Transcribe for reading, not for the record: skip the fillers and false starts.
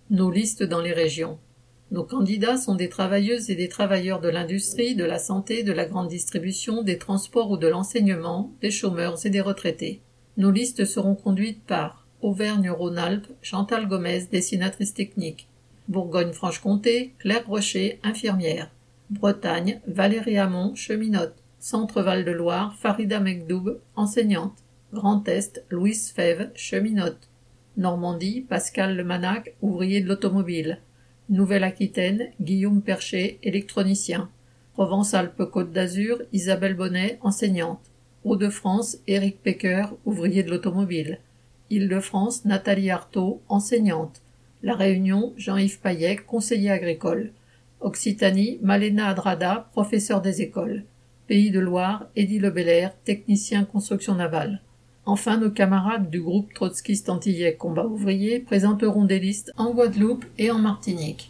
Nos listes dans les régions. Nos candidats sont des travailleuses et des travailleurs de l'industrie, de la santé, de la grande distribution, des transports ou de l'enseignement, des chômeurs et des retraités. Nos listes seront conduites par Auvergne-Rhône-Alpes, Chantal Gomez, dessinatrice technique. Bourgogne-Franche-Comté, Claire Rocher, infirmière. Bretagne, Valérie Hamon, cheminote. Centre-Val de Loire, Farida Mekdoub, enseignante. Grand Est, Louise Fève, cheminote. Normandie, Pascal Lemanac, ouvrier de l'automobile. Nouvelle-Aquitaine, Guillaume Percher, électronicien. Provence-Alpes-Côte d'Azur, Isabelle Bonnet, enseignante. Hauts-de-France, Éric Pecker, ouvrier de l'automobile. Île-de-France, Nathalie Artaud, enseignante. La Réunion, Jean-Yves Payet, conseiller agricole. Occitanie, Malena Adrada, professeur des écoles. Pays de Loire, Édile Lebelair, technicien construction navale. Enfin, nos camarades du groupe trotskiste antillais Combat ouvrier présenteront des listes en Guadeloupe et en Martinique.